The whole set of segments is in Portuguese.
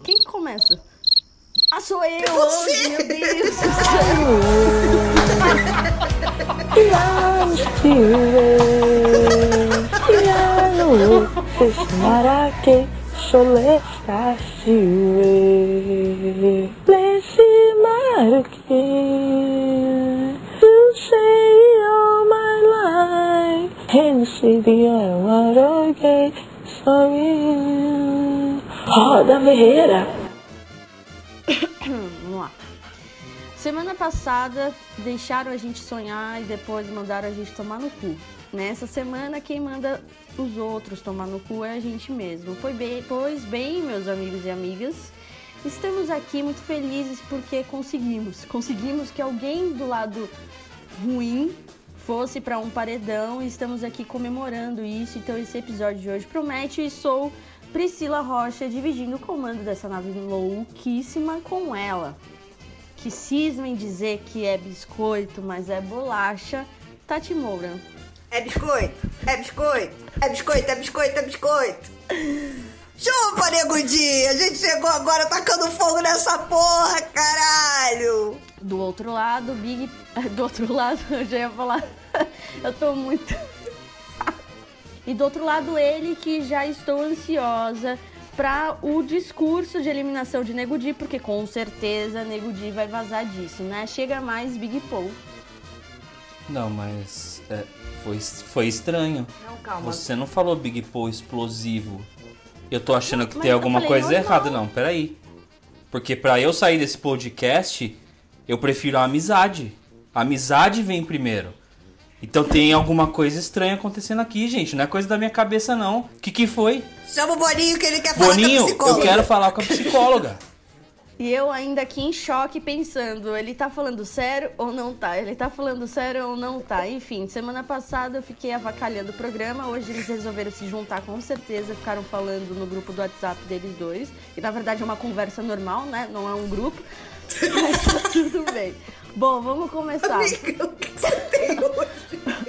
Quem começa? Ah, sou eu hoje, meu Deus do Roda Ferreira. Vamos lá. Semana passada deixaram a gente sonhar e depois mandaram a gente tomar no cu. Nessa semana quem manda os outros tomar no cu é a gente mesmo. Pois bem, meus amigos e amigas, estamos aqui muito felizes porque conseguimos que alguém do lado ruim fosse para um paredão e estamos aqui comemorando isso. Então esse episódio de hoje promete e sou Priscila Rocha dividindo o comando dessa nave louquíssima com ela, que cisma em dizer que é biscoito, mas é bolacha, Tati Moura. É biscoito, é biscoito, é biscoito, é biscoito, é biscoito. Chupa, Nego Di, a gente chegou agora tacando fogo nessa porra, caralho. Do outro lado, do outro lado, eu já ia falar, eu tô muito... E do outro lado, ele que já estou ansiosa para o discurso de eliminação de Nego Di, porque com certeza Nego Di vai vazar disso, né? Chega mais Big Paul. Não, mas foi estranho. Não, calma. Você não falou Big Paul explosivo. Eu tô achando que Mas tem eu alguma falei coisa normal. errada. Não, peraí. Porque pra eu sair desse podcast, eu prefiro a amizade. A amizade vem primeiro. Então tem alguma coisa estranha acontecendo aqui, gente. Não é coisa da minha cabeça, não. O que foi? Chama o Boninho que ele quer falar com a Boninho, psicóloga. eu quero falar com a psicóloga. E eu ainda aqui em choque pensando, ele tá falando sério ou não tá? Ele tá falando sério ou não tá? Enfim, semana passada eu fiquei avacalhando o programa, hoje eles resolveram se juntar com certeza, ficaram falando no grupo do WhatsApp deles dois, que na verdade é uma conversa normal, né? Não é um grupo, mas tá tudo bem. Bom, vamos começar. Amiga, o que você tem hoje?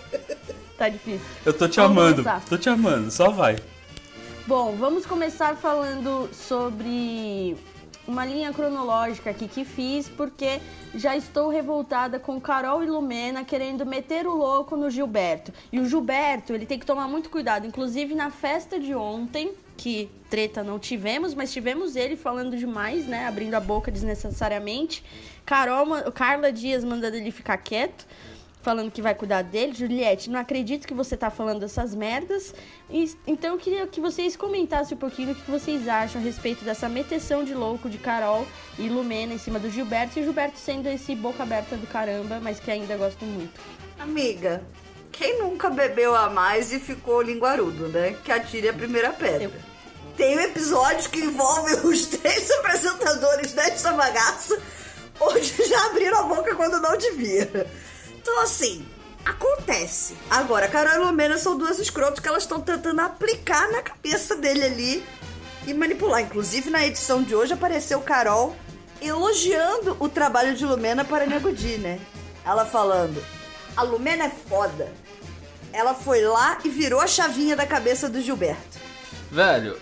Tá difícil. Eu tô te Vamos amando, começar. tô te amando, só vai. Bom, vamos começar falando sobre uma linha cronológica aqui que fiz, porque já estou revoltada com Carol e Lumena querendo meter o louco no Gilberto. E o Gilberto, ele tem que tomar muito cuidado, inclusive na festa de ontem, que treta não tivemos, mas tivemos ele falando demais, né, abrindo a boca desnecessariamente. Carla Dias mandando ele ficar quieto, falando que vai cuidar dele. Juliette, não acredito que você tá falando essas merdas. Então eu queria que vocês comentassem um pouquinho o que vocês acham a respeito dessa meteção de louco de Carol e Lumena em cima do Gilberto. E o Gilberto sendo esse boca aberta do caramba, mas que ainda gosto muito. Amiga, quem nunca bebeu a mais e ficou linguarudo, né? Que atire a primeira pedra. Tem episódios que envolvem os 3 apresentadores dessa bagaça, onde já abriram a boca quando não devia. Então, assim, acontece. Agora, Carol e Lumena são duas escrotas que elas estão tentando aplicar na cabeça dele ali e manipular. Inclusive, na edição de hoje, apareceu Carol elogiando o trabalho de Lumena para Nego Di, né? Ela falando, a Lumena é foda. Ela foi lá e virou a chavinha da cabeça do Gilberto. Velho,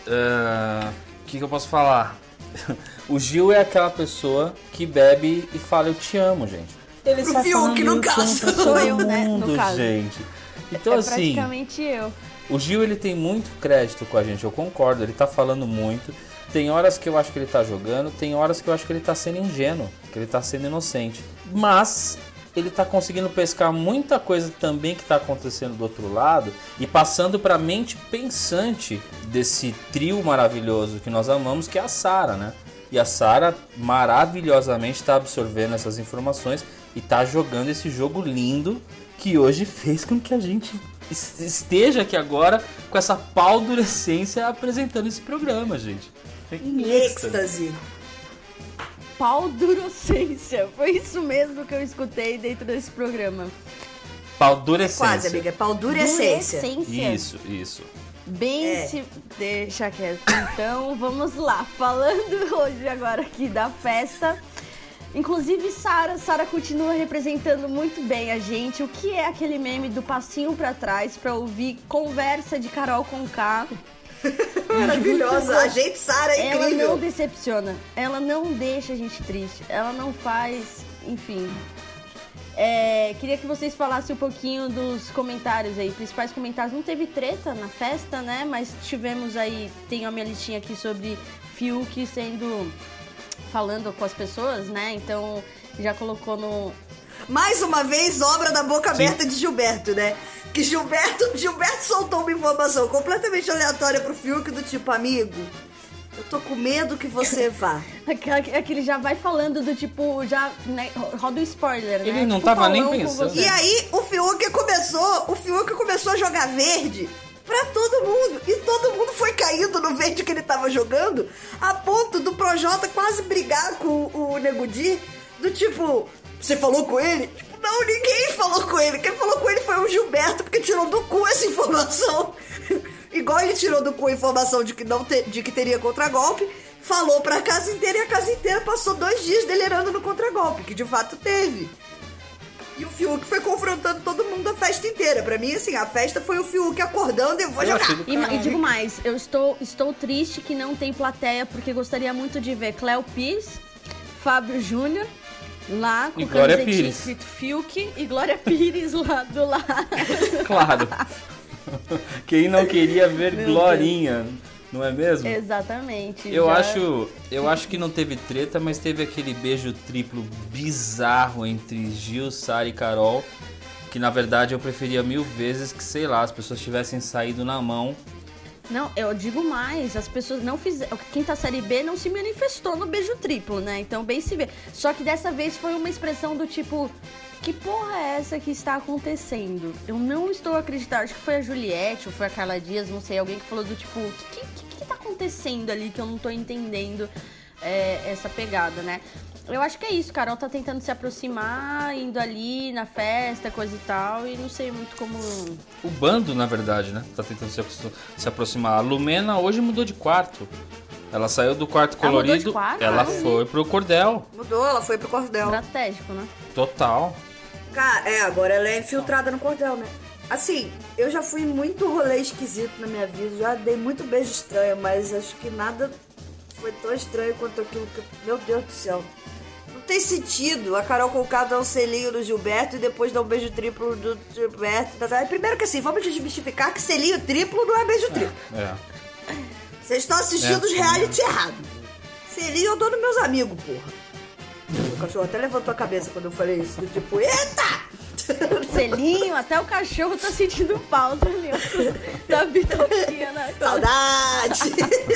o que eu posso falar? O Gil é aquela pessoa que bebe e fala eu te amo, gente. Ele Pro Fiuk, no caso. Sou eu, né, no caso. Gente. Então, É assim, praticamente eu. o Gil, ele tem muito crédito com a gente, eu concordo, ele tá falando muito. Tem horas que eu acho que ele tá jogando, tem horas que eu acho que ele tá sendo ingênuo, que ele tá sendo inocente. Mas ele tá conseguindo pescar muita coisa também que tá acontecendo do outro lado e passando pra mente pensante desse trio maravilhoso que nós amamos, que é a Sara, né? E a Sara maravilhosamente tá absorvendo essas informações e tá jogando esse jogo lindo que hoje fez com que a gente esteja aqui agora com essa paldurecência apresentando esse programa, gente. Em êxtase. Paldurocência. Foi isso mesmo que eu escutei dentro desse programa. Paldurecência. Quase, amiga. Paldurecência. Durecência. Isso. Bem se... Deixa quieto. Então, vamos lá. Falando hoje agora aqui da festa. Inclusive, Sara continua representando muito bem a gente. O que é aquele meme do passinho pra trás pra ouvir conversa de Carol Conká Maravilhosa. A gente, Sara, é Ela incrível. não decepciona. Ela não deixa a gente triste. Ela não faz... Enfim... queria que vocês falassem um pouquinho dos comentários aí, principais comentários. Não teve treta na festa, né? Mas tivemos aí, tenho a minha listinha aqui sobre Fiuk falando com as pessoas, né? Então já colocou no... Mais uma vez, obra da boca aberta de Gilberto, né? Que Gilberto soltou uma informação completamente aleatória pro Fiuk, do tipo, amigo, eu tô com medo que você vá. Aquele já vai falando do tipo, já, né, roda o spoiler, né? Ele não tipo, tava nem Paulão com pensando. você. E aí, o Fiuk começou a jogar verde pra todo mundo. E todo mundo foi caindo no verde que ele tava jogando, a ponto do Projota quase brigar com o Nego Di, do tipo, você falou com ele? Tipo, não, ninguém falou com ele. Quem falou com ele foi o Gilberto, porque tirou do cu essa informação. Igual ele tirou do cu a informação de que teria contragolpe, falou pra casa inteira, e a casa inteira passou 2 dias delirando no contragolpe, que de fato teve. E o Fiuk foi confrontando todo mundo a festa inteira. Pra mim, assim, a festa foi o Fiuk acordando e vou jogar. E digo mais, eu estou triste que não tem plateia, porque gostaria muito de ver Cléo Pires, Fábio Júnior, lá com camisetinha escrito Fiuk, e Glória Pires lá do lado. Claro. Quem não queria ver Glorinha, não é mesmo? Exatamente. Eu acho que não teve treta, mas teve aquele beijo triplo bizarro entre Gil, Sara e Carol, que na verdade eu preferia 1000 vezes que, sei lá, as pessoas tivessem saído na mão. Não, eu digo mais, as pessoas não fizeram... Quinta série B não se manifestou no beijo triplo, né? Então bem se vê. Só que dessa vez foi uma expressão do tipo... Que porra é essa que está acontecendo? Eu não estou acreditando. Acho que foi a Juliette ou foi a Carla Dias, não sei. Alguém que falou do tipo... O que tá acontecendo ali que eu não tô entendendo essa pegada, né? Eu acho que é isso. Carol tá tentando se aproximar, indo ali na festa, coisa e tal. E não sei muito como... O bando, na verdade, né? Tá tentando se aproximar. A Lumena hoje mudou de quarto. Ela saiu do quarto colorido. Mudou de quarto? Ela foi pro cordel. Mudou, ela foi pro cordel. Estratégico, né? Total. Cara, agora ela é infiltrada no cordel, né? Assim, eu já fui em muito rolê esquisito na minha vida, já dei muito beijo estranho, mas acho que nada foi tão estranho quanto aquilo que... Meu Deus do céu. Não tem sentido a Carol Conká dar um selinho no Gilberto e depois dar um beijo triplo do Gilberto. Primeiro que assim, vamos desmistificar que selinho triplo não é beijo triplo. Vocês estão assistindo os reality errado. Selinho eu dou nos meus amigos, porra. O cachorro até levantou a cabeça quando eu falei isso, do tipo, eita! Selinho, até o cachorro tá sentindo falta ali, ó, da bitoquinha na costa. Saudade!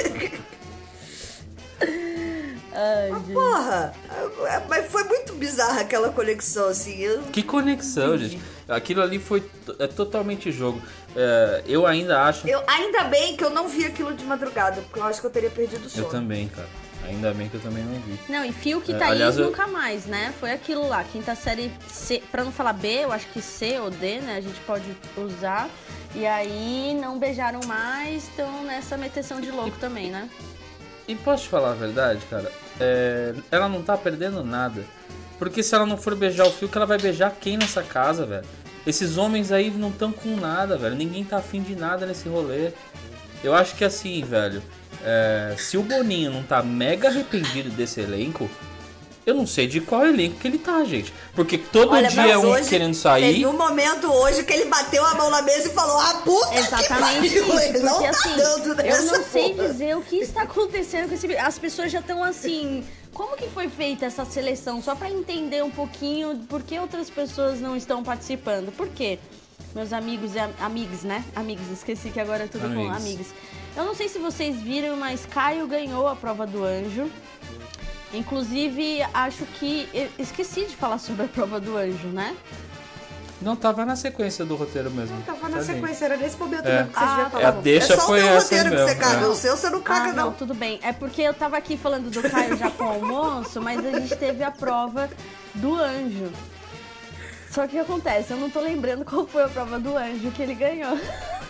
Ai, Mas, porra, mas foi muito bizarra aquela conexão, assim. Que conexão, gente. Aquilo ali foi totalmente jogo. Eu ainda acho... Ainda bem que eu não vi aquilo de madrugada, porque eu acho que eu teria perdido o sono. Eu também, cara. Ainda bem que eu também não vi. Não, e Fiuk tá aí nunca mais, né? Foi aquilo lá, quinta série C, pra não falar B, eu acho que C ou D, né? A gente pode usar. E aí não beijaram mais, estão nessa meteção de louco também, né? E posso te falar a verdade, cara? Ela não tá perdendo nada. Porque se ela não for beijar o Fiuk, ela vai beijar quem nessa casa, velho? Esses homens aí não estão com nada, velho. Ninguém tá afim de nada nesse rolê. Eu acho que assim, velho... se o Boninho não tá mega arrependido desse elenco, eu não sei de qual elenco que ele tá, gente. Porque todo dia é um hoje, querendo sair. Teve um momento hoje que ele bateu a mão na mesa e falou, puta exatamente que pariu, ele isso, não porque tá assim, dando eu não nessa sei porra. dizer o que está acontecendo com esse... As pessoas já estão assim... Como que foi feita essa seleção? Só pra entender um pouquinho por que outras pessoas não estão participando. Por quê? Meus amigos e amigos, né? Amigos, esqueci que agora é tudo com amigos. Eu não sei se vocês viram, mas Caio ganhou a prova do anjo. Inclusive, acho que... esqueci de falar sobre a prova do anjo, né? Não, tava na sequência do roteiro mesmo. Não, tava na sequência, era nesse momento É. mesmo que vocês deviam falar. A deixa foi só o essa roteiro que mesmo, você caga, é. o seu você não caga, não, tudo bem. É porque eu tava aqui falando do Caio já com o almoço, mas a gente teve a prova do anjo. Só que o que acontece? Eu não tô lembrando qual foi a prova do anjo que ele ganhou.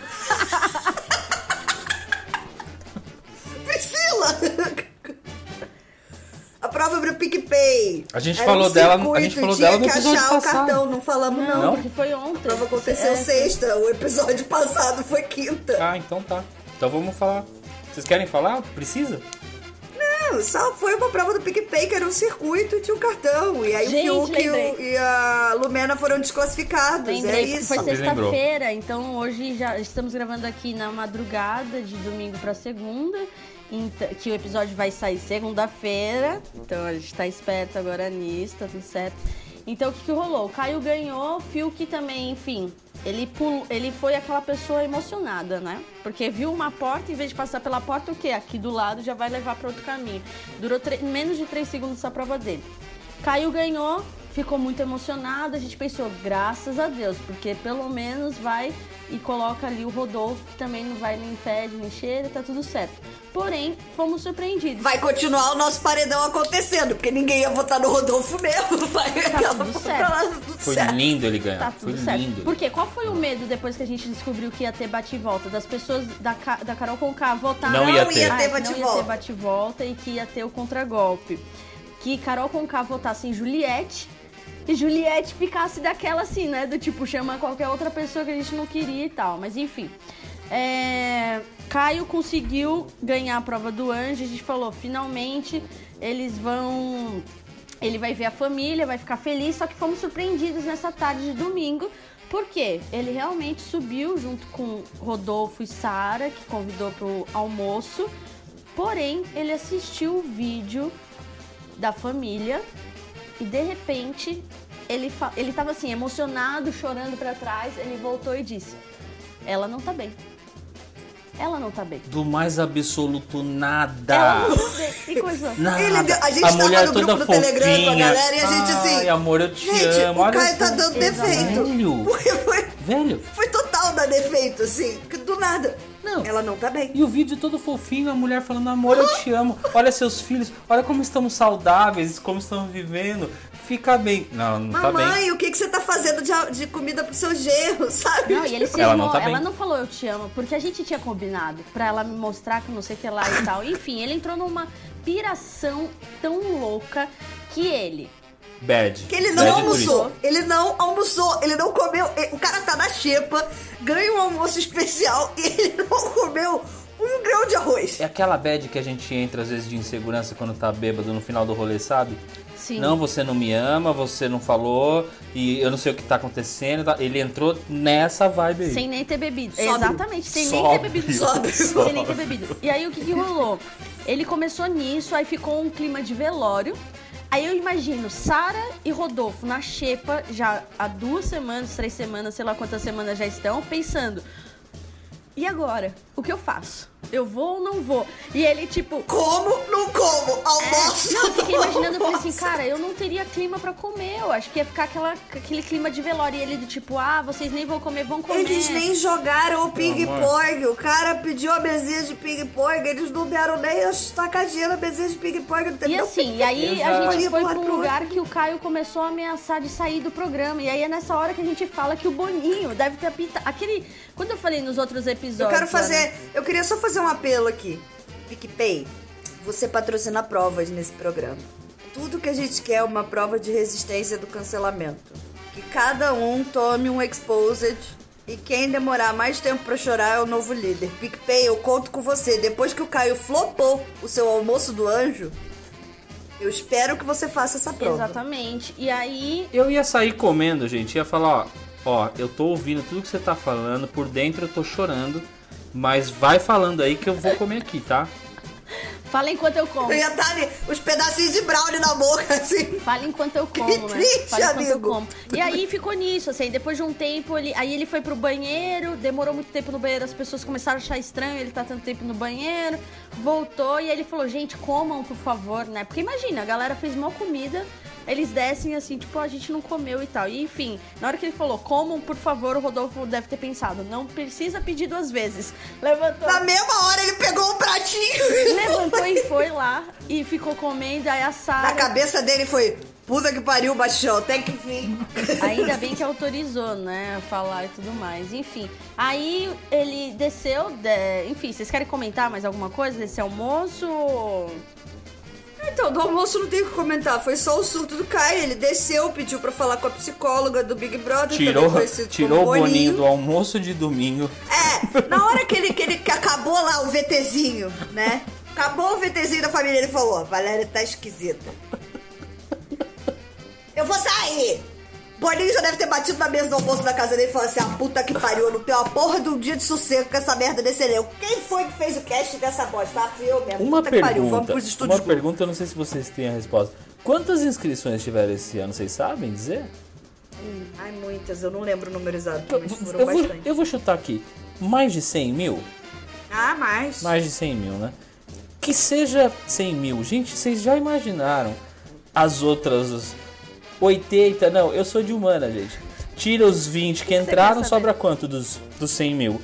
Priscila! A prova pro PicPay. A gente Era falou um dela, circuito, a gente falou tinha dela no que episódio achar o passado. cartão, não falamos não. Porque foi ontem. A prova aconteceu sexta, o episódio passado foi quinta. Ah, então tá. Então vamos falar. Vocês querem falar? Precisa? Não, só foi uma prova do PicPay, que era um circuito e tinha um cartão. E aí Gente, o Fiuk lembrei. e a Lumena foram desclassificados. Lembrei, É porque isso. foi Ele lembrou. sexta-feira, então hoje já estamos gravando aqui na madrugada de domingo pra segunda, que o episódio vai sair segunda-feira, então a gente tá esperto agora nisso, tá tudo certo. Então o que rolou? O Caio ganhou, o Fiuk também, enfim, ele foi aquela pessoa emocionada, né? Porque viu uma porta, em vez de passar pela porta, o quê? Aqui do lado já vai levar para outro caminho. Durou menos de 3 segundos essa prova dele. Caio ganhou, ficou muito emocionado, a gente pensou, graças a Deus, porque pelo menos vai e coloca ali o Rodolfo, que também não vai nem fede, nem cheira, tá tudo certo. Porém, fomos surpreendidos. Vai continuar o nosso paredão acontecendo, porque ninguém ia votar no Rodolfo mesmo. Vai tudo certo. Foi lindo ele ganhar. Tá Foi tudo certo. lindo. Por quê? Qual foi o medo depois que a gente descobriu que ia ter bate-volta? Das pessoas da Carol Conká votar... Não ia ter. Não ia ter Não ia bate-volta. ter bate-volta e que ia ter o contragolpe. Que Carol Conká votasse em Juliette e Juliette ficasse daquela assim, né? Do tipo, chama qualquer outra pessoa que a gente não queria e tal. Mas enfim. Caio conseguiu ganhar a prova do anjo. A gente falou, finalmente eles vão... Ele vai ver a família, vai ficar feliz. Só que fomos surpreendidos nessa tarde de domingo. Por quê? Ele realmente subiu junto com Rodolfo e Sara, que convidou pro almoço. Porém, ele assistiu o vídeo da família e de repente ele tava assim, emocionado, chorando pra trás. Ele voltou e disse: ela não tá bem. Ela não tá bem. Do mais absoluto nada. Ela não tá bem. Que coisa. Nada. A gente A tava mulher no grupo toda do Telegram com a fofinha. galera e a gente assim... Ai, amor, eu te Gente, amo. o Olha Caio tá só. dando defeito. Velho. Porque Velho. foi total dar defeito, assim. Do nada. Não. Ela não tá bem. E o vídeo todo fofinho, a mulher falando, amor, eu te amo. Olha seus filhos, olha como estamos saudáveis, como estamos vivendo. Fica bem. Não, não tá bem. Mamãe, o que você tá fazendo de comida pro seu genro, sabe? Não, e ele se Ela irmou, não tá ela bem. não falou eu te amo, porque a gente tinha combinado pra ela me mostrar que não sei o que lá e tal. Enfim, ele entrou numa piração tão louca que ele... Bad. Que ele não Bad almoçou. turista. Ele não almoçou. Ele não comeu. O cara tá na xepa, ganha um almoço especial e ele não comeu um grão de arroz. É aquela bad que a gente entra às vezes de insegurança quando tá bêbado no final do rolê, sabe? Sim. Não, você não me ama, você não falou e eu não sei o que tá acontecendo. Tá? Ele entrou nessa vibe aí. Sem nem ter bebido. Sóbrio. Exatamente, sem nem Sóbrio. ter bebido. Sóbrio. Sem nem ter bebido. E aí o que rolou? Ele começou nisso, aí ficou um clima de velório. Aí eu imagino Sara e Rodolfo na xepa, já há 2 semanas, 3 semanas, sei lá quantas semanas já estão, pensando: e agora? O que eu faço? Eu vou ou não vou? E ele tipo... Como? Não como. Almoço. Não, eu fiquei imaginando, eu falei assim, almoço. cara, eu não teria clima pra comer. Eu acho que ia ficar aquele clima de velório. E ele do tipo, vocês nem vão comer, vão comer. Eles nem jogaram o ping-pong. O cara pediu a mesinha de ping-pong. Eles não deram nem a estacadinha na mesinha de ping-pong. Não E assim, e aí a Exato. gente foi Pode pra um pro lugar outro. que o Caio começou a ameaçar de sair do programa. E aí é nessa hora que a gente fala que o Boninho deve ter apitado. Quando eu falei nos outros episódios... Eu quero fazer... Ana, Eu queria só fazer um apelo aqui. PicPay, você patrocina provas nesse programa. Tudo que a gente quer é uma prova de resistência do cancelamento. Que cada um tome um exposed e quem demorar mais tempo pra chorar é o novo líder. PicPay, eu conto com você. Depois que o Caio flopou o seu almoço do anjo, eu espero que você faça essa prova. Exatamente. E aí... Eu ia sair comendo, gente. Ia falar, ó, eu tô ouvindo tudo que você tá falando, por dentro eu tô chorando, mas vai falando aí que eu vou comer aqui, tá? Fala enquanto eu como. Eu ia estar ali, os pedacinhos de brownie na boca, assim. Fala enquanto eu como, né? triste, Fala enquanto eu amigo. como. E aí ficou nisso, assim, depois de um tempo, aí ele foi pro banheiro, demorou muito tempo no banheiro, as pessoas começaram a achar estranho ele tá tanto tempo no banheiro, voltou e aí ele falou, gente, comam, por favor, né? Porque imagina, a galera fez mal comida, eles descem assim, tipo, a gente não comeu e tal. E enfim, na hora que ele falou, comam, por favor, o Rodolfo deve ter pensado, não precisa pedir 2 vezes. Levantou. Na mesma hora ele pegou um pratinho. Levantou e foi lá e ficou comendo, aí a Sara... Na cabeça dele foi, puta que pariu, baixão, até que fim. Ainda bem que autorizou, né, falar e tudo mais. Enfim, aí ele desceu, enfim, vocês querem comentar mais alguma coisa desse almoço? Então, do almoço não tem o que comentar. Foi só o surto do Caio. Ele desceu, pediu pra falar com a psicóloga do Big Brother. Tirou o Boninho do almoço de domingo. Na hora que acabou lá o VTzinho, né? Acabou o VTzinho da família, ele falou: Valéria tá esquisita. Eu vou sair. Boninho já deve ter batido na mesa do almoço da casa dele e falou assim: a puta que pariu, eu não tenho a porra de um dia de sossego com essa merda desse elenco. Quem foi que fez o cast dessa bosta? Ah, fui eu mesmo. Uma pergunta, eu não sei se vocês têm a resposta. Quantas inscrições tiveram esse ano, vocês sabem dizer? Ai, muitas, eu não lembro o número exato, mas foram bastante. Eu vou chutar aqui, mais de 100 mil? Ah, mais. Mais de 100 mil, né? Que seja 100 mil. Gente, vocês já imaginaram as outras 80? Não, eu sou de humana, gente. Tira os 20 que entraram, sobra quanto dos 100 mil?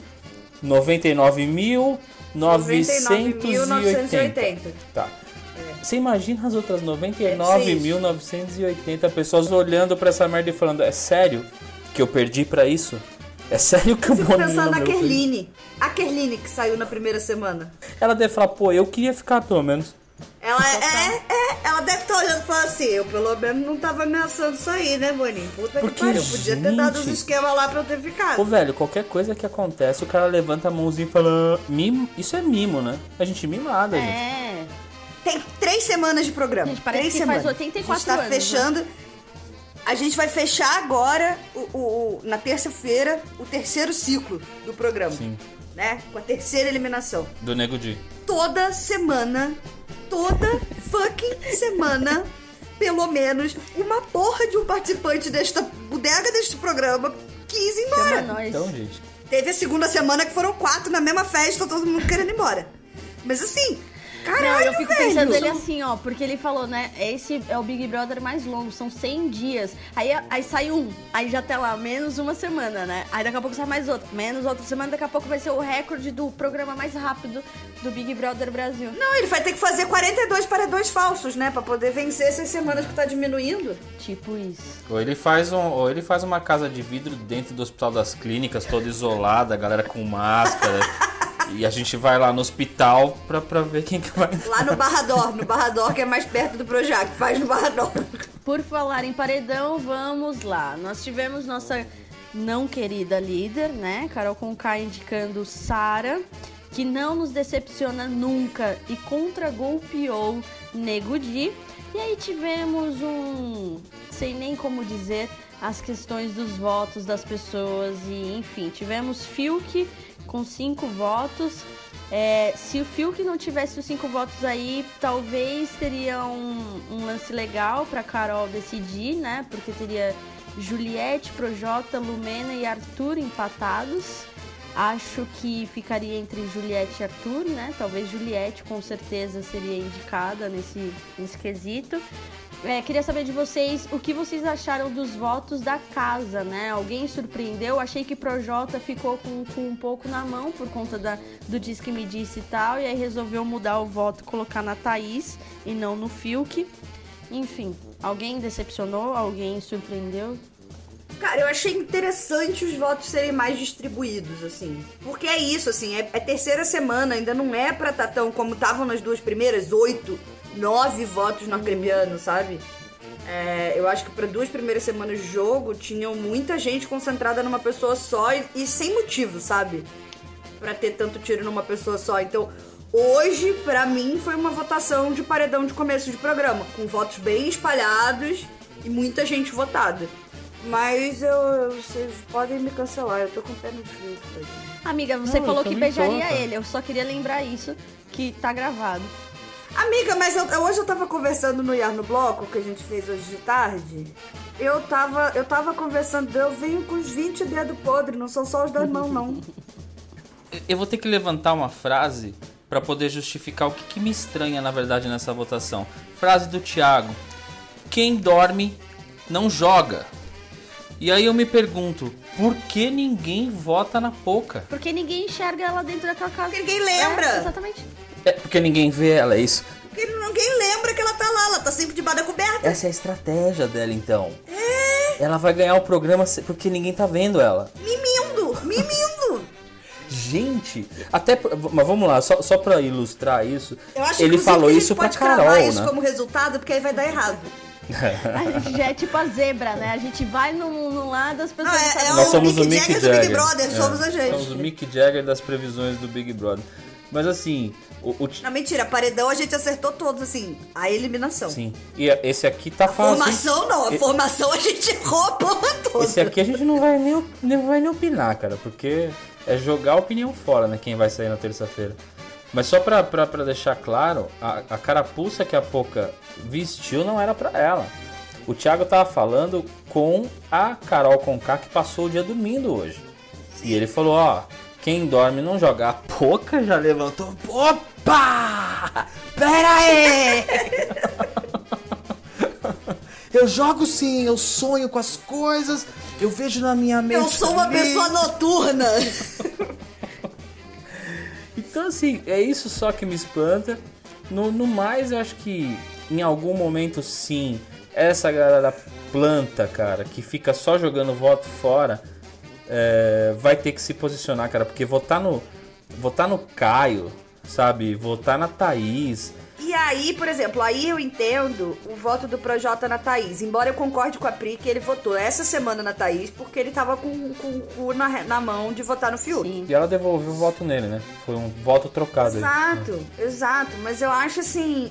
99.980. Tá. Você imagina as outras 99.980 pessoas olhando pra essa merda e falando: é sério que eu perdi pra isso? É sério que o Boninho... Eu fico pensando na Kerline. A Kerline que saiu na primeira semana. Ela deve falar: pô, eu queria ficar pelo menos. Ela deve estar olhando e falando assim: eu pelo menos não tava ameaçando isso aí, né, Boninho? Puta que pariu, podia ter dado os esquemas lá pra eu ter ficado. Pô, velho, qualquer coisa que acontece, o cara levanta a mãozinha e fala: mimo. Isso é mimo, né? A gente mimada, gente. Tem 3 semanas de programa. Gente, parece 3 que semanas. faz 84 a gente tá anos, fechando. Né? A gente vai fechar agora, na terça-feira, o 3º ciclo do programa. Sim. Né? Com a 3ª eliminação. Do Nego Di. Toda fucking semana, pelo menos, uma porra de um participante desta bodega deste programa quis ir embora. Então, gente. Teve a segunda semana que foram 4 na mesma festa, todo mundo querendo ir embora. Mas assim... Caralho, não, eu fico pensando velho. nele assim, ó, porque ele falou, né, esse é o Big Brother mais longo, são 100 dias, aí sai aí já tá lá, menos uma semana, né, aí daqui a pouco sai mais outra, menos outra semana, daqui a pouco vai ser o recorde do programa mais rápido do Big Brother Brasil. Não, ele vai ter que fazer 42 paredões falsos, né, pra poder vencer essas semanas que tá diminuindo. Tipo isso. Ou ele faz uma casa de vidro dentro do Hospital das Clínicas, toda isolada, a galera com máscara... E a gente vai lá no hospital pra ver quem que vai... Lá no Barrador, que é mais perto do Projac, faz no Barrador. Por falar em paredão, vamos lá. Nós tivemos nossa não querida líder, né? Carol Conká indicando Sara, que não nos decepciona nunca e contra-golpeou Nego Di. E aí tivemos sei nem como dizer, as questões dos votos das pessoas e, enfim, tivemos Fiuk com 5 votos. Se o Fiuk não tivesse os 5 votos aí, talvez teria um lance legal pra Carol decidir, né? Porque teria Juliette, Projota, Lumena e Arthur empatados. Acho que ficaria entre Juliette e Arthur, né? Talvez Juliette com certeza seria indicada nesse quesito. Queria saber de vocês o que vocês acharam dos votos da casa, né? Alguém surpreendeu? Achei que Projota ficou com um pouco na mão por conta do Diz Que Me Disse e tal, e aí resolveu mudar o voto, colocar na Thaís e não no Fiuk. Enfim, alguém decepcionou? Alguém surpreendeu? Cara, eu achei interessante os votos serem mais distribuídos, assim. Porque é isso, assim, é 3ª semana, ainda não é pra tá tão como estavam nas 2 primeiras, 8, 9 votos no acrebiano, sabe? Eu acho que para 2 primeiras semanas de jogo tinham muita gente concentrada numa pessoa só e sem motivo, sabe? Pra ter tanto tiro numa pessoa só. Então, hoje, pra mim, foi uma votação de paredão de começo de programa, com votos bem espalhados e muita gente votada. Mas vocês podem me cancelar, eu tô com o pé no fio. Amiga, você falou que beijaria ele, eu só queria lembrar isso, que tá gravado. Amiga, mas hoje eu tava conversando no Iar no Bloco, que a gente fez hoje de tarde. Eu tava conversando, eu venho com os 20 dedos podres, não são só os das mãos, não. Eu vou ter que levantar uma frase pra poder justificar o que me estranha, na verdade, nessa votação. Frase do Thiago: quem dorme não joga. E aí eu me pergunto, por que ninguém vota na Poca? Porque ninguém enxerga ela dentro daquela casa. Porque ninguém lembra. Exatamente. Porque ninguém vê ela, é isso? Porque ninguém lembra que ela tá lá, ela tá sempre debaixo da coberta. Essa é a estratégia dela, então. Ela vai ganhar o programa porque ninguém tá vendo ela. Mimindo! gente, mas vamos lá, só pra ilustrar isso, Eu acho ele falou que isso pra pode cravar Carol, isso né? como resultado, porque aí vai dar errado. A gente já é tipo a zebra, né? A gente vai num lado, as pessoas... Nós somos o Mick do Jagger. Big Brother, somos a gente. Somos o Mick Jagger das previsões do Big Brother. Mas assim, Não, mentira, paredão a gente acertou todos, assim, a eliminação. sim. E esse aqui tá fácil. Formação não, a formação a gente errou a porra toda. Esse aqui a gente não vai nem opinar, cara, porque é jogar a opinião fora, né? Quem vai sair na terça-feira. Mas só pra deixar claro, a carapuça que a Poca vestiu não era pra ela. O Thiago tava falando com a Carol Conká, que passou o dia dormindo hoje. Sim. E ele falou, ó, quem dorme não joga. A Poca já levantou. Opa! Pera aí! Eu jogo sim, eu sonho com as coisas, eu vejo na minha mente. Eu sou uma pessoa noturna. Então, assim, é isso só que me espanta. No mais, eu acho que em algum momento, sim, essa galera planta, cara, que fica só jogando voto fora, vai ter que se posicionar, cara. Porque votar no Caio, sabe? Votar na Thaís... E aí, por exemplo, aí eu entendo o voto do Projota na Thaís. Embora eu concorde com a Pri que ele votou essa semana na Thaís porque ele tava com o cu na mão de votar no Fiuk. Sim. E ela devolveu o voto nele, né? Foi um voto trocado. Exato. Mas eu acho assim...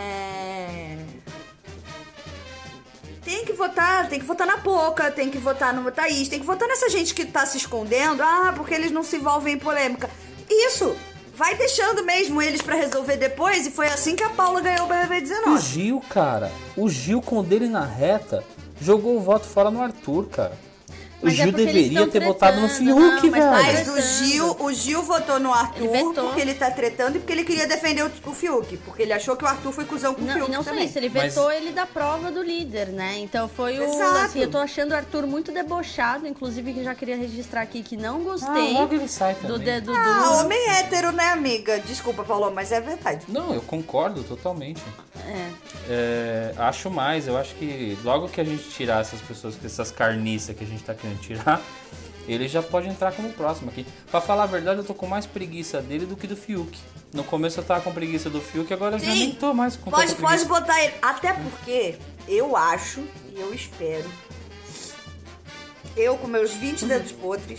Tem que votar na Poca, tem que votar no Thaís, tem que votar nessa gente que tá se escondendo. Porque eles não se envolvem em polêmica. Isso! Vai deixando mesmo eles pra resolver depois. E foi assim que a Paula ganhou o BBB 19. O Gil, cara, com o dele na reta, jogou o voto fora no Arthur, cara. Mas o Gil deveria ter votado no Fiuk, não, velho. Mas o Gil votou no Arthur porque ele tá tretando e porque ele queria defender o Fiuk. Porque ele achou que o Arthur foi cuzão com o Fiuk não só também. isso, ele vetou ele da prova do líder, né? Então foi o... Exato. Assim, eu tô achando o Arthur muito debochado, inclusive que já queria registrar aqui que não gostei logo ele sai do também. dedo duro. Homem hétero, né, amiga? Desculpa, Paulo, mas é verdade. Não, eu concordo totalmente. Acho mais, eu acho que logo que a gente tirar essas pessoas, essas carniças que a gente tá querendo tirar, ele já pode entrar como próximo aqui. Pra falar a verdade, eu tô com mais preguiça dele do que do Fiuk. No começo eu tava com preguiça do Fiuk, agora eu já nem tô mais com tanta preguiça. Pode botar ele. Até porque eu acho e eu espero. Eu com meus 20 dedos podres.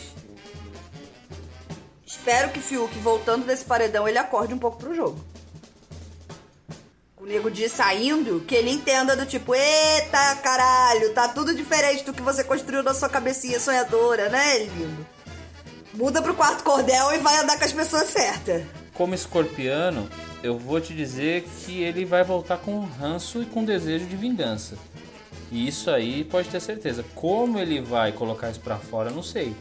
Espero que Fiuk, voltando desse paredão, ele acorde um pouco pro jogo. O Nego Di saindo, que ele entenda do tipo, eita caralho, tá tudo diferente do que você construiu na sua cabecinha sonhadora, né, lindo? Muda pro quarto cordel e vai andar com as pessoas certas. Como escorpiano, eu vou te dizer que ele vai voltar com ranço e com desejo de vingança. E isso aí pode ter certeza. Como ele vai colocar isso pra fora, eu não sei.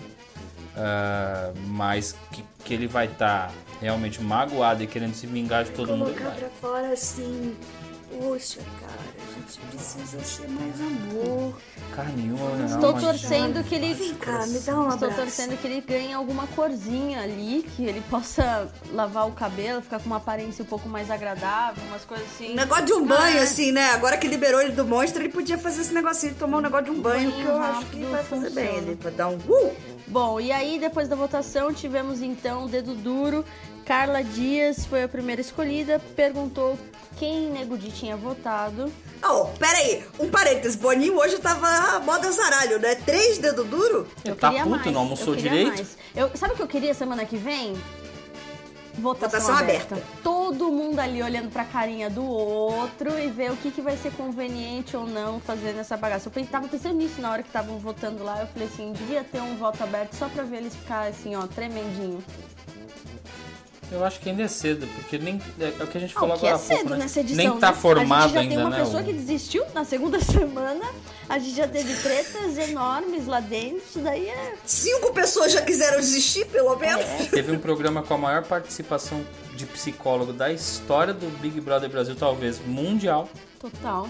Mas que ele vai estar realmente magoado e querendo se vingar de todo mundo. Colocar pra fora assim, poxa, cara, a gente precisa ser mais amor. Carninho, né? Estou torcendo que ele... Vem cá, me dá um abraço. Estou torcendo que ele ganhe alguma corzinha ali, que ele possa lavar o cabelo, ficar com uma aparência um pouco mais agradável, umas coisas assim. Um negócio de um banho, assim, né? Agora que liberou ele do monstro, ele podia fazer esse negocinho de tomar um negócio de um banho, que eu acho que vai fazer bem ali, pra dar um... Bom, e aí depois da votação tivemos então o dedo duro. Carla Dias foi a primeira escolhida, perguntou quem Nego Di tinha votado. Pera aí, um parênteses, Boninho hoje tava moda zaralho, né? 3 dedo duro? Eu tá queria puto, mais, não almoçou eu queria direito? mais. Sabe o que eu queria semana que vem? Votação aberta. Todo mundo ali olhando pra carinha do outro e ver o que vai ser conveniente ou não fazer nessa bagaça. Eu tava pensando nisso na hora que estavam votando lá. Eu falei assim, devia ter um voto aberto só pra ver eles ficar assim, ó, tremendinho. Eu acho que ainda é cedo, porque nem é o que a gente falou agora há pouco, né? Nessa edição, nem tá né? formado ainda, A gente já ainda, tem uma né? pessoa que desistiu na segunda semana, a gente já teve tretas enormes lá dentro, isso daí é... 5 pessoas já quiseram desistir, pelo menos. Teve um programa com a maior participação de psicólogo da história do Big Brother Brasil, talvez mundial. Total.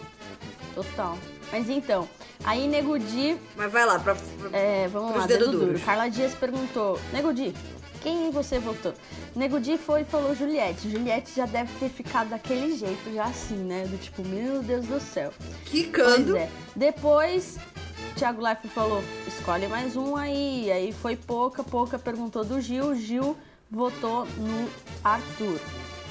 Mas então, aí Nego Di... Mas vai lá, vamos lá, dedo duro. Carla Dias perguntou, Nego Di, quem você votou? Nego Di foi e falou Juliette. Juliette já deve ter ficado daquele jeito, já assim, né? Do tipo, meu Deus do céu. Quicando. Pois é. Depois Thiago Life falou, escolhe mais um aí. Aí foi Pouca perguntou do Gil. Gil votou no Arthur.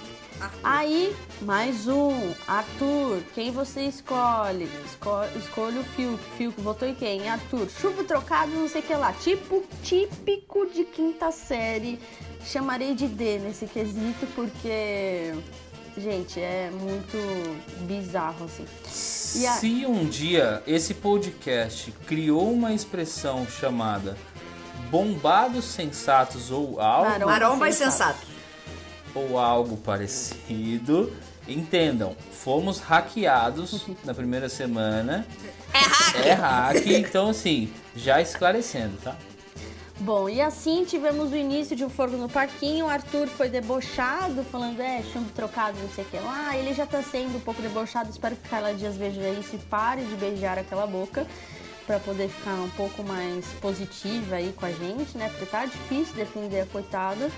Aí, mais um. Arthur, quem você escolhe? Escolhe o Fiuk. Fiuk votou em quem? Arthur. Chuva trocado, não sei o que lá. Típico de quinta série. Chamarei de D nesse quesito, porque... Gente, é muito bizarro, assim. Se um dia esse podcast criou uma expressão chamada bombados sensatos ou algo... Marombas sensatos. Ou algo parecido, entendam, fomos hackeados na primeira semana. É hack, então assim, já esclarecendo, tá? Bom, e assim tivemos o início de um fogo no parquinho. O Arthur foi debochado, falando, chumbo trocado, não sei o que lá. Ele já tá sendo um pouco debochado. Espero que Carla Dias veja isso e pare de beijar aquela boca, pra poder ficar um pouco mais positiva aí com a gente, né? Porque tá difícil defender a coitada.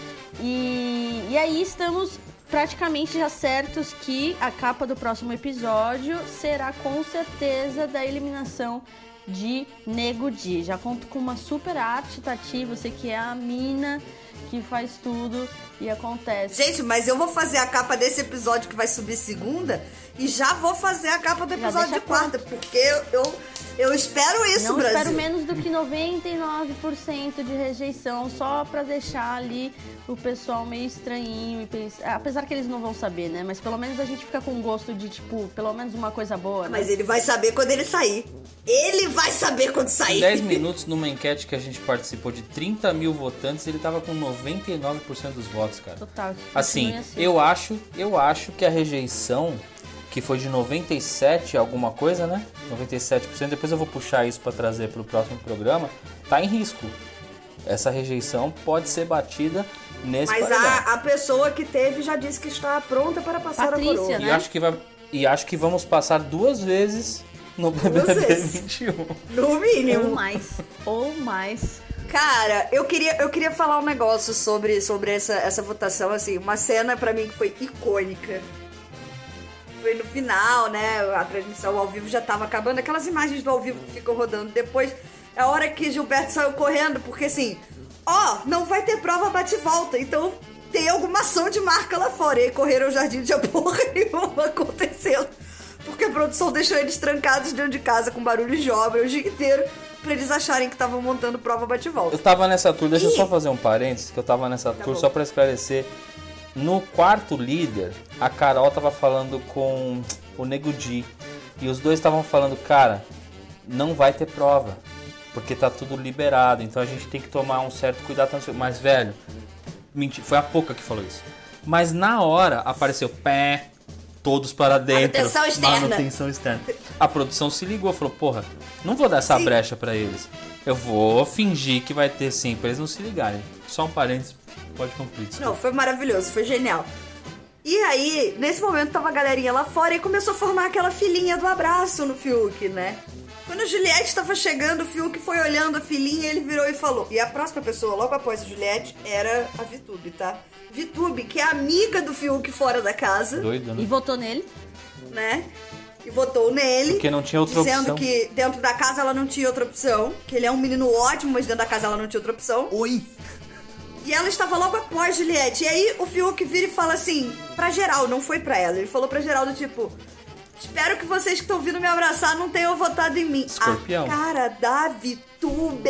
E aí estamos praticamente já certos que a capa do próximo episódio será com certeza da eliminação de Nego Di. Já conto com uma super arte, Tati, você que é a mina que faz tudo e acontece. Gente, mas eu vou fazer a capa desse episódio que vai subir segunda e já vou fazer a capa do episódio de quarta, porque eu espero isso, não Brasil. Espero menos do que 99% de rejeição, só pra deixar ali o pessoal meio estranhinho. E apesar que eles não vão saber, né? Mas pelo menos a gente fica com gosto de, tipo, pelo menos uma coisa boa, né? Mas ele vai saber quando ele sair. Ele vai saber quando sair. 10 minutos numa enquete que a gente participou de 30 mil votantes, ele tava com 99% dos votos, cara. Total. Assim, eu acho que a rejeição, que foi de 97 alguma coisa, né? 97%, depois eu vou puxar isso pra trazer pro próximo programa, tá em risco. Essa rejeição pode ser batida nesse paredão. Mas a pessoa que teve já disse que está pronta para passar Patrícia, a coroa. né? E acho que vamos passar 2 vezes no BBB 21. No mínimo. Ou mais. Cara, eu queria falar um negócio sobre essa votação, assim, uma cena pra mim que foi icônica. Foi no final, né, a transmissão ao vivo já tava acabando, aquelas imagens do ao vivo que ficam rodando depois, é a hora que Gilberto saiu correndo, porque assim, não vai ter prova bate-volta, então tem alguma ação de marca lá fora, e aí correram o jardim de porra nenhuma acontecendo, porque a produção deixou eles trancados dentro de casa com barulhos de obra o dia inteiro, pra eles acharem que estavam montando prova bate-volta. Eu tava nessa tour, deixa eu só fazer um parênteses, que eu tava nessa tour bom. só pra esclarecer. No quarto líder, a Carol tava falando com o Nego Di. E os dois estavam falando, cara, não vai ter prova, porque tá tudo liberado, então a gente tem que tomar um certo cuidado. Mas, velho, mentira, foi a Pouca que falou isso. Mas na hora apareceu pé, todos para dentro. Manutenção externa. A produção se ligou, falou, porra, não vou dar essa brecha pra eles. Eu vou fingir que vai ter sim, pra eles não se ligarem. Só um parênteses, pode concluir. Não, foi maravilhoso, foi genial. E aí, nesse momento, tava a galerinha lá fora e começou a formar aquela filinha do abraço no Fiuk, né? Quando a Juliette tava chegando, o Fiuk foi olhando a filinha, ele virou e falou. E a próxima pessoa, logo após a Juliette, era a Vitube, tá? Vitube, que é amiga do Fiuk fora da casa. Doido, né? E votou nele. Né? E votou nele. Porque não tinha outra dizendo opção. que dentro da casa ela não tinha outra opção. Que ele é um menino ótimo, mas dentro da casa ela não tinha outra opção. Oi! E ela estava logo após Juliette. E aí o Fiuk vira e fala assim, pra geral, não foi pra ela. Ele falou pra geral do tipo... Espero que vocês que estão vindo me abraçar não tenham votado em mim. Escorpião. A cara da Vitube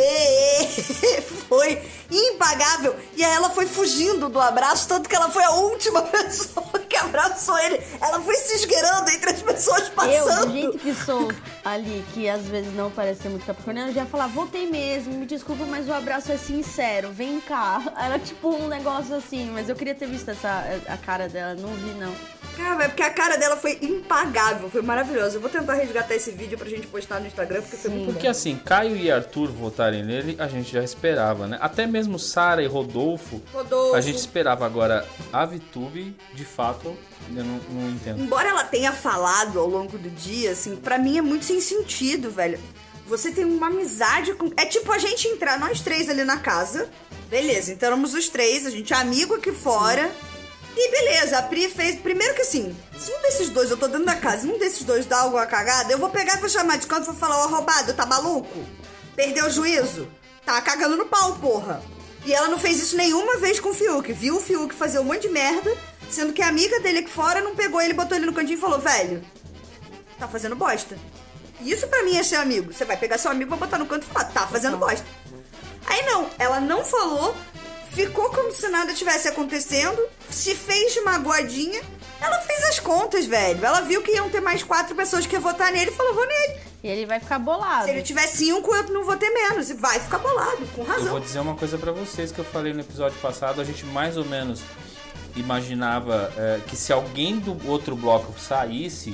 foi impagável. E aí ela foi fugindo do abraço, tanto que ela foi a última pessoa que abraçou ele. Ela foi se esgueirando entre as pessoas passando. Eu, do jeito que sou ali, que às vezes não parece ser muito capricorniana, eu já ia falar, votei mesmo, me desculpa, mas o abraço é sincero, vem cá. Era tipo um negócio assim, mas eu queria ter visto a cara dela, não vi não. Cara, é porque a cara dela foi impagável, foi maravilhosa. Eu vou tentar resgatar esse vídeo pra gente postar no Instagram, porque foi muito bom. Porque assim, Caio e Arthur votarem nele, a gente já esperava, né? Até mesmo Sara e Rodolfo, a gente esperava. Agora, a Vitube, de fato, eu não entendo. Embora ela tenha falado ao longo do dia, assim, pra mim é muito sem sentido, velho. Você tem uma amizade com... É tipo a gente entrar, nós três ali na casa. Beleza, então éramos os três, a gente é amigo aqui fora. E beleza, a Pri fez... Primeiro que assim, se um desses dois, eu tô dentro da casa, se um desses dois dá alguma cagada, eu vou pegar e vou chamar de canto e vou falar, ô arrombado, tá maluco? Perdeu o juízo? Tá cagando no pau, porra. E ela não fez isso nenhuma vez com o Fiuk. Viu o Fiuk fazer um monte de merda, sendo que a amiga dele aqui fora não pegou ele, botou ele no cantinho e falou, velho, tá fazendo bosta. Isso pra mim é ser amigo. Você vai pegar seu amigo, vai botar no canto e falar, tá fazendo bosta. Aí não, ela não falou, ficou como se nada tivesse acontecendo, se fez de magoadinha. Ela fez as contas, velho. Ela viu que iam ter mais 4 pessoas que iam votar nele e falou, vou nele. E ele vai ficar bolado. Se ele tiver 5, eu não vou ter menos. E vai ficar bolado, com razão. Eu vou dizer uma coisa pra vocês que eu falei no episódio passado. A gente mais ou menos imaginava que se alguém do outro bloco saísse,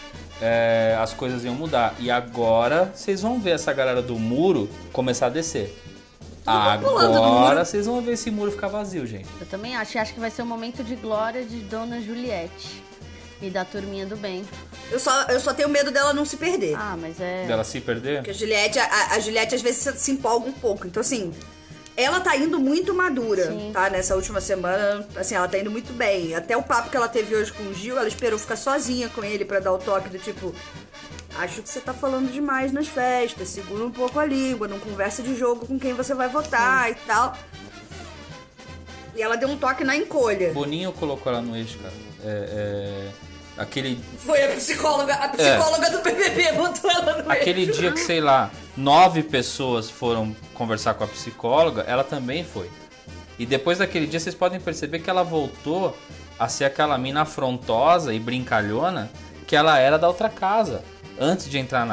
as coisas iam mudar. E agora vocês vão ver essa galera do muro começar a descer. Agora vocês vão ver esse muro ficar vazio, gente. Eu também acho que vai ser um momento de glória de Dona Juliette e da turminha do bem. Eu só tenho medo dela não se perder. Ah, mas é... Dela se perder? Porque a Juliette às vezes se empolga um pouco. Então assim, ela tá indo muito madura, Sim. tá? Nessa última semana, assim, ela tá indo muito bem. Até o papo que ela teve hoje com o Gil, ela esperou ficar sozinha com ele pra dar o toque do tipo... Acho que você tá falando demais nas festas, segura um pouco a língua, não conversa de jogo com quem você vai votar e tal. E ela deu um toque na encolha. Boninho colocou ela no eixo, cara. Aquele... Foi a psicóloga do BBB botou ela no Aquele eixo. dia que, sei lá, 9 pessoas foram conversar com a psicóloga, ela também foi. E depois daquele dia, vocês podem perceber que ela voltou a ser aquela mina afrontosa e brincalhona que ela era da outra casa. Antes de entrar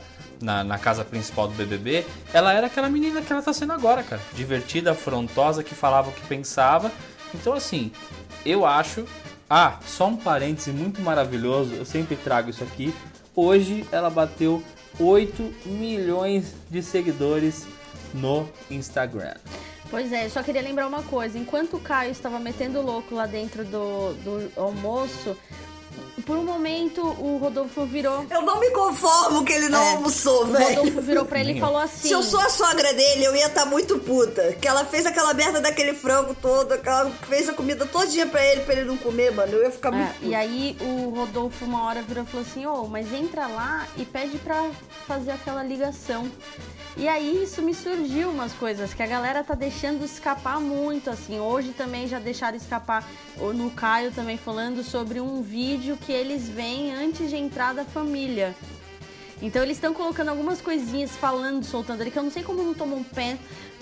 na casa principal do BBB, ela era aquela menina que ela tá sendo agora, cara. Divertida, afrontosa, que falava o que pensava. Então, assim, eu acho... só um parêntese muito maravilhoso, eu sempre trago isso aqui. Hoje ela bateu 8 milhões de seguidores no Instagram. Pois é, eu só queria lembrar uma coisa. Enquanto o Caio estava metendo louco lá dentro do almoço, por um momento o Rodolfo virou... Eu não me conformo que ele não almoçou, O velho. Rodolfo virou pra ele e falou assim... Se eu sou a sogra dele, eu ia estar muito puta. Que ela fez aquela merda daquele frango todo, que ela fez a comida todinha pra ele não comer, mano. Eu ia ficar muito puta. E aí o Rodolfo uma hora virou e falou assim, mas entra lá e pede pra fazer aquela ligação. E aí isso me surgiu umas coisas que a galera tá deixando escapar muito, assim. Hoje também já deixaram escapar, no Caio também falando sobre um vídeo que eles veem antes de entrar da família. Então eles estão colocando algumas coisinhas, falando, soltando ali, que eu não sei como não tomam um pé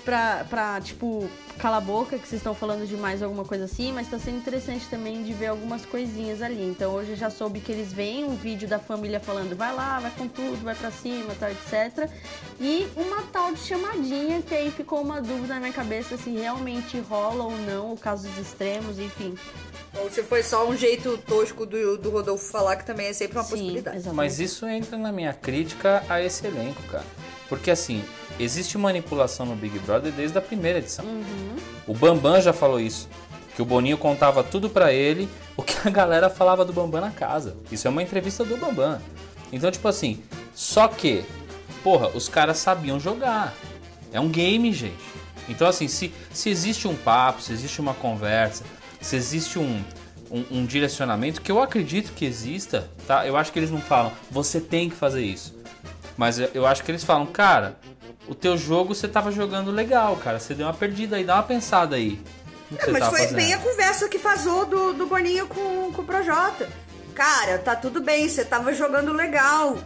pra tipo, cala a boca, que vocês estão falando demais, alguma coisa assim, mas tá sendo interessante também de ver algumas coisinhas ali. Então hoje eu já soube que eles veem um vídeo da família falando, vai lá, vai com tudo, vai pra cima, tal, etc. E uma tal de chamadinha, que aí ficou uma dúvida na minha cabeça se realmente rola ou não, o caso dos extremos, enfim. Ou se foi só um jeito tosco do Rodolfo falar, que também é sempre uma possibilidade. Exatamente. Mas isso entra na minha crítica a esse elenco, cara. Porque assim, existe manipulação no Big Brother desde a primeira edição. O Bambam já falou isso, que o Boninho contava tudo pra ele, o que a galera falava do Bambam na casa. Isso é uma entrevista do Bambam. Então, tipo assim, só que, porra, os caras sabiam jogar. É um game, gente. Então, assim, se existe um papo, se existe uma conversa, se existe um direcionamento, que eu acredito que exista, tá? Eu acho que eles não falam, você tem que fazer isso. Mas eu acho que eles falam, cara, o teu jogo você tava jogando legal, cara. Você deu uma perdida aí, dá uma pensada aí. Mas foi bem a conversa que vazou do Boninho com o Projota. Cara, tá tudo bem, você tava jogando legal.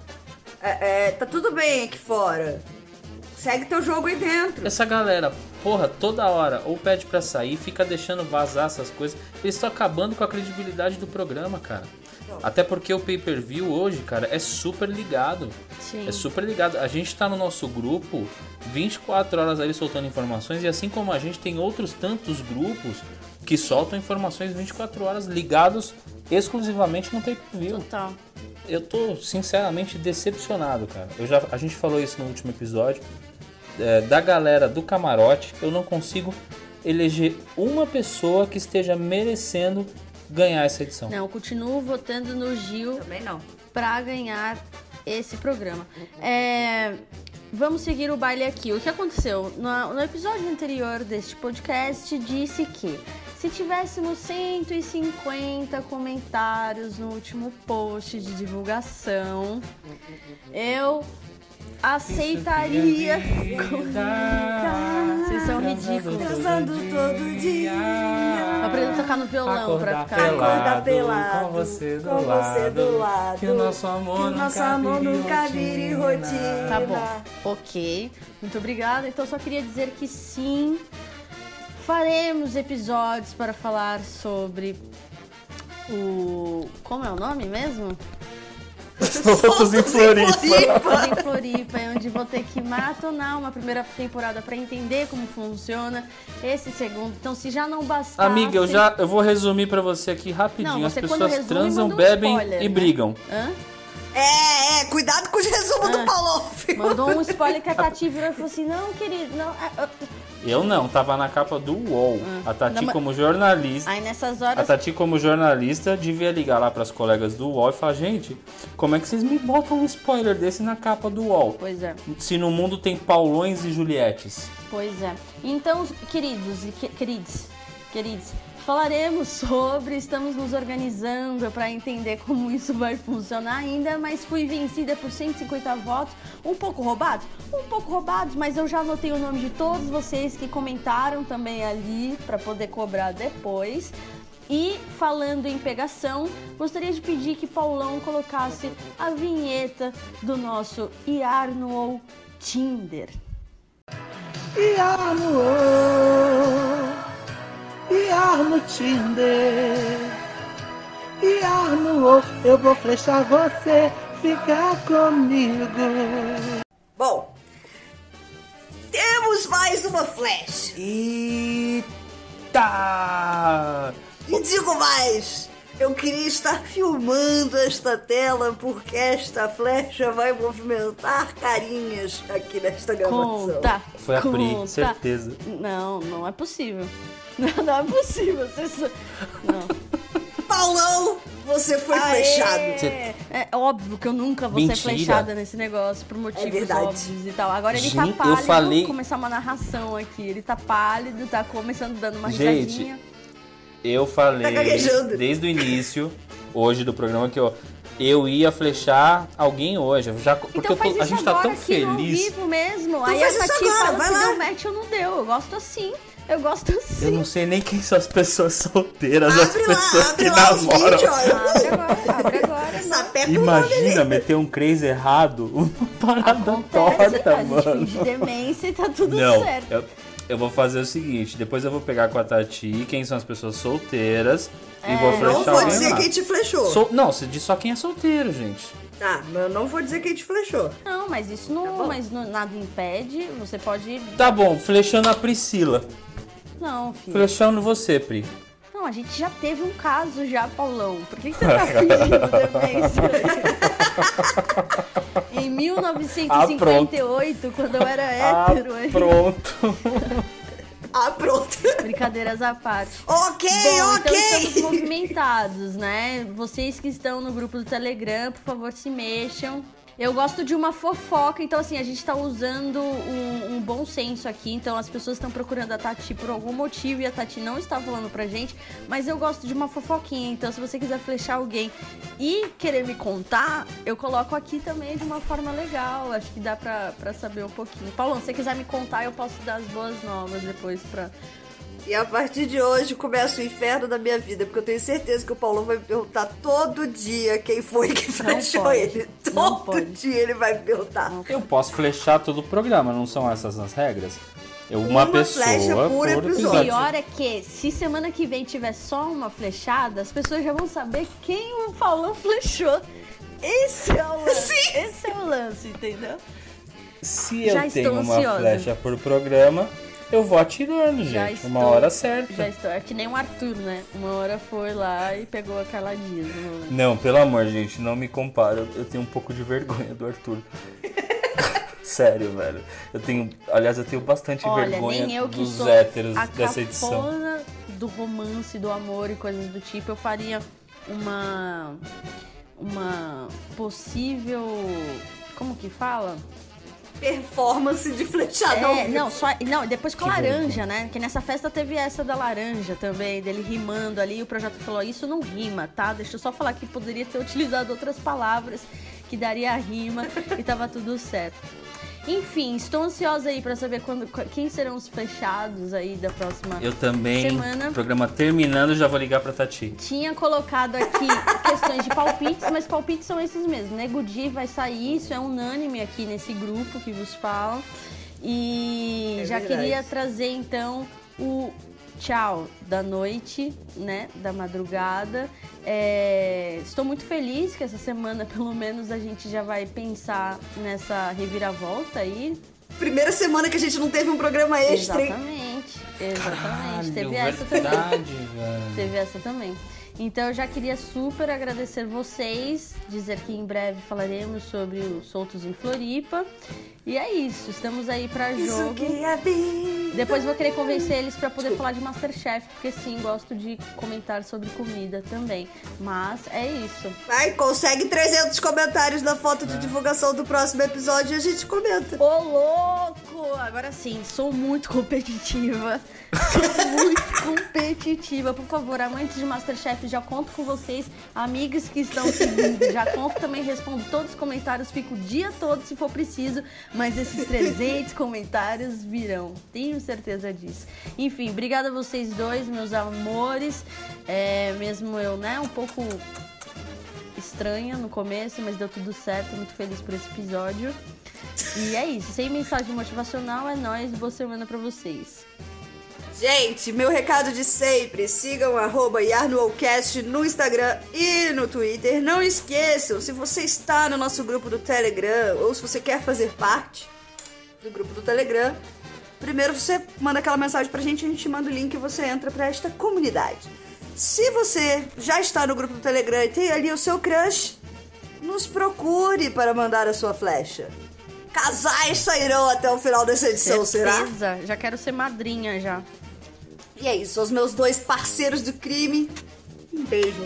Tá tudo bem aqui fora. Segue teu jogo aí dentro. Essa galera, porra, toda hora ou pede pra sair, fica deixando vazar essas coisas. Eles estão acabando com a credibilidade do programa, cara. Até porque o pay-per-view hoje, cara, é super ligado. Sim. É super ligado. A gente tá no nosso grupo 24 horas ali soltando informações. E assim como a gente, tem outros tantos grupos que soltam informações 24 horas ligados exclusivamente no pay-per-view. Total. Eu tô sinceramente decepcionado, cara. A gente falou isso no último episódio. Da galera do camarote, eu não consigo eleger uma pessoa que esteja merecendo ganhar essa edição. Não, eu continuo votando no Gil. Também não. Pra ganhar esse programa. Vamos seguir o baile aqui. O que aconteceu? No episódio anterior deste podcast, disse que Se tivéssemos 150 comentários no último post de divulgação, eu aceitaria. Vocês são ridículos. Transando todo dia. Eu aprendo a tocar no violão pra ficar. Acordar pelado, com você do lado, que o nosso amor nunca vire rotina. Tá bom, ok. Muito obrigada. Então, só queria dizer que sim, faremos episódios para falar sobre o... Como é o nome mesmo? Soltos em Floripa. Soltos em Floripa, é onde vou ter que maratonar uma primeira temporada para entender como funciona esse segundo. Então, se já não bastasse... Amiga, eu vou resumir pra você aqui rapidinho. Não, As você, pessoas resume, transam, manda um bebem spoiler, e né? brigam. Hã? Cuidado com o resumo do Paulão, viu? Mandou um spoiler que a Tati virou e falou assim, não, querido, não... Eu não, tava na capa do UOL. A Tati Não, mas- como jornalista... Aí nessas A horas... Tati, como jornalista, devia ligar lá pras colegas do UOL e falar: gente, como é que vocês me botam um spoiler desse na capa do UOL? Pois é. Se no mundo tem Paulões e Julietes. Pois é. Então, queridos, falaremos sobre, estamos nos organizando para entender como isso vai funcionar ainda, mas fui vencida por 150 votos, um pouco roubados, mas eu já anotei o nome de todos vocês que comentaram também ali para poder cobrar depois. E falando em pegação, gostaria de pedir que Paulão colocasse a vinheta do nosso Iarno Tinder. Iar no Tinder, Iar no eu vou flechar você, ficar comigo. Bom, temos mais uma flash. Eita! E digo mais, eu queria estar filmando esta tela porque esta flecha vai movimentar carinhas aqui nesta gravação. Conta! Foi a Pri, conta. certeza. Não é possível. Não é possível. Não. Paulão, você foi Aê! flechado. É óbvio que eu nunca vou Mentira. ser flechada nesse negócio por motivos verdade. óbvios e tal. Agora ele Gente, tá eu pálido, falei- vou começar uma narração aqui. Ele tá pálido, tá começando dando uma Gente, risadinha. Eu falei Tá gaguejando. desde o início, hoje do programa, que eu ia flechar alguém hoje. Porque Então faz a isso gente tá agora tão aqui no feliz. vivo mesmo. Então Aí faz a isso Tati agora, fala vai se lá. deu match ou não deu. Eu gosto assim. Eu não sei nem quem são as pessoas solteiras, as Abre lá, pessoas abre que lá os namoram. vídeos, olha. Abre agora. Sapeca o nome Imagina dele. meter um crazy errado, uma parada Acontece, torta, a gente mano. finge demência e tá tudo Não, certo. eu vou fazer o seguinte, depois eu vou pegar com a Tati quem são as pessoas solteiras e vou flechar Não vou alguém dizer lá. quem te flechou. Não, você diz só quem é solteiro, gente. Tá, mas eu não vou dizer quem te flechou. Não, mas isso não, nada impede. Você pode. Tá bom, flechando a Priscila. Não, filho. Flechando você, Pri. Não, a gente já teve um caso já, Paulão. Por que você tá fingindo demência? Em 1958, quando eu era hétero. Pronto. Pronto. Brincadeiras à parte. Ok, Bom, ok. então estamos movimentados, né? Vocês que estão no grupo do Telegram, por favor, se mexam. Eu gosto de uma fofoca, então assim, a gente tá usando um bom senso aqui, então as pessoas estão procurando a Tati por algum motivo e a Tati não está falando pra gente, mas eu gosto de uma fofoquinha, então se você quiser flechar alguém e querer me contar, eu coloco aqui também de uma forma legal, acho que dá pra saber um pouquinho. Paulão, se você quiser me contar, eu posso dar as boas novas depois pra... E a partir de hoje começa o inferno da minha vida, porque eu tenho certeza que o Paulão vai me perguntar todo dia quem foi que flechou pode. ele. Não Todo pode. dia ele vai me perguntar. Eu posso flechar todo o programa, não são essas as regras? Uma pessoa flecha por episódio. O pior é que, se semana que vem tiver só uma flechada, as pessoas já vão saber quem o Paulão flechou. Esse é o lance. Sim. Esse é o lance, entendeu? Se Já eu tenho estou uma ansiosa. flecha por programa, eu vou atirando, Já gente. estou, Uma hora certa. Já estou. É que nem o Arthur, né? Uma hora foi lá e pegou a Carla Dias. Não, pelo amor, gente, não me compara. Eu tenho um pouco de vergonha do Arthur. Sério, velho. Aliás, eu tenho bastante Olha, vergonha nem eu que dos sou héteros a dessa edição. cafona do romance, do amor e coisas do tipo, eu faria uma possível... Como que fala? performance de flechada ao vivo. Não, depois com a laranja, né? Que nessa festa teve essa da laranja também, dele rimando ali, e o projeto falou, isso não rima, tá? Deixa eu só falar que poderia ter utilizado outras palavras que daria a rima e tava tudo certo. Enfim, estou ansiosa aí pra saber quem serão os fechados aí da próxima semana. Eu também. O programa terminando, já vou ligar pra Tati. Tinha colocado aqui questões de palpites, mas palpites são esses mesmos. Nego Di vai sair, isso é unânime aqui nesse grupo que vos falo. E já queria trazer então o tchau da noite, né, da madrugada. Estou muito feliz que essa semana, pelo menos, a gente já vai pensar nessa reviravolta aí. Primeira semana que a gente não teve um programa extra, Exatamente. Caralho, teve essa também. Velho. Teve essa também. Então eu já queria super agradecer vocês, dizer que em breve falaremos sobre os Soltos em Floripa. E é isso, estamos aí pra jogo. Depois vou querer convencer eles pra poder falar de Masterchef, porque sim, gosto de comentar sobre comida também. Mas é isso. Vai, consegue 300 comentários na foto de divulgação do próximo episódio e a gente comenta. Ô, louco! Agora sim, sou muito competitiva. Sou muito competitiva. Por favor, amantes de Masterchef, já conto com vocês. Amigas que estão seguindo, já conto também, respondo todos os comentários. Fico o dia todo se for preciso. Mas esses 300 comentários virão. Tenho certeza disso. Enfim, obrigada a vocês dois, meus amores. Mesmo eu, né, um pouco estranha no começo, mas deu tudo certo. Muito feliz por esse episódio. E é isso. Sem mensagem motivacional, é nóis. Boa semana pra vocês. Gente, meu recado de sempre, sigam @YarnoWallCast no Instagram e no Twitter. Não esqueçam, se você está no nosso grupo do Telegram ou se você quer fazer parte do grupo do Telegram, primeiro você manda aquela mensagem pra gente, a gente manda o link e você entra pra esta comunidade. Se você já está no grupo do Telegram e tem ali o seu crush, nos procure para mandar a sua flecha. Casais sairão até o final dessa edição, será? Já quero ser madrinha já. E é isso, os meus dois parceiros do crime. Um beijo.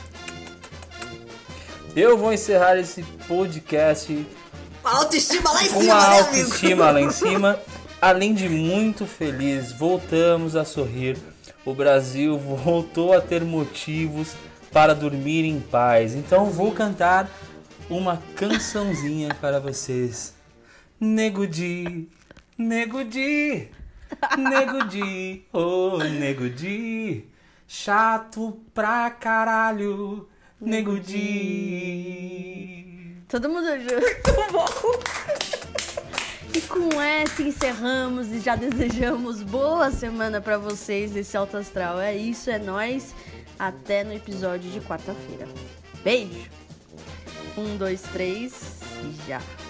Eu vou encerrar esse podcast Com a autoestima lá em com cima, a né, amigo? autoestima lá em cima. Além de muito feliz, voltamos a sorrir. O Brasil voltou a ter motivos para dormir em paz. Então vou cantar uma cançãozinha para vocês. Nego Di, Nego Di, Nego Di, oh Nego Di, chato pra caralho, Nego Di. Todo mundo junto. E com essa encerramos e já desejamos boa semana pra vocês desse Alto Astral. É isso, é nóis. Até no episódio de quarta-feira. Beijo. 1, 2, 3 e já.